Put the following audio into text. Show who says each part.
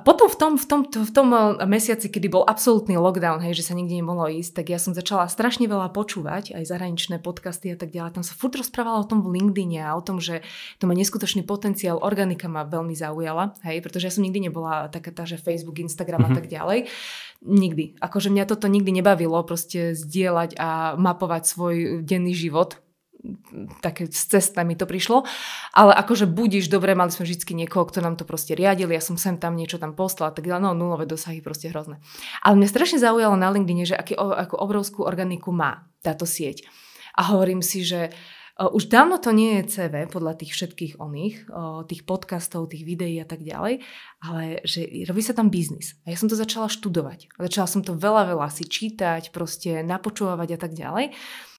Speaker 1: potom v tom mesiaci, kedy bol absolútny lockdown, hej, že sa nikde nemohlo ísť, tak ja som začala strašne veľa počúvať, aj zahraničné podcasty a tak ďalej. Tam sa furt rozprávala o tom v LinkedIne a o tom, že to má neskutočný potenciál. Organika ma veľmi zaujala, hej, pretože ja som nikdy nebola taká tá, že Facebook, Instagram a tak ďalej. Nikdy. Akože mňa toto nikdy nebavilo proste zdieľať a mapovať svoj denný život. Také z cesta mi to prišlo, ale akože budíš, dobre, mali sme vždycky niekoho, kto nám to proste riadil, ja som sem tam niečo tam poslala, tak no, nulové dosahy, proste hrozné. Ale mňa strašne zaujalo na LinkedIne, že akú obrovskú organiku má táto sieť. A hovorím si, že už dávno to nie je CV podľa tých všetkých tých podcastov, tých videí a tak ďalej, ale že robí sa tam biznis. A ja som to začala študovať. Začala som to veľa si čítať, proste napočúvať a tak ďalej.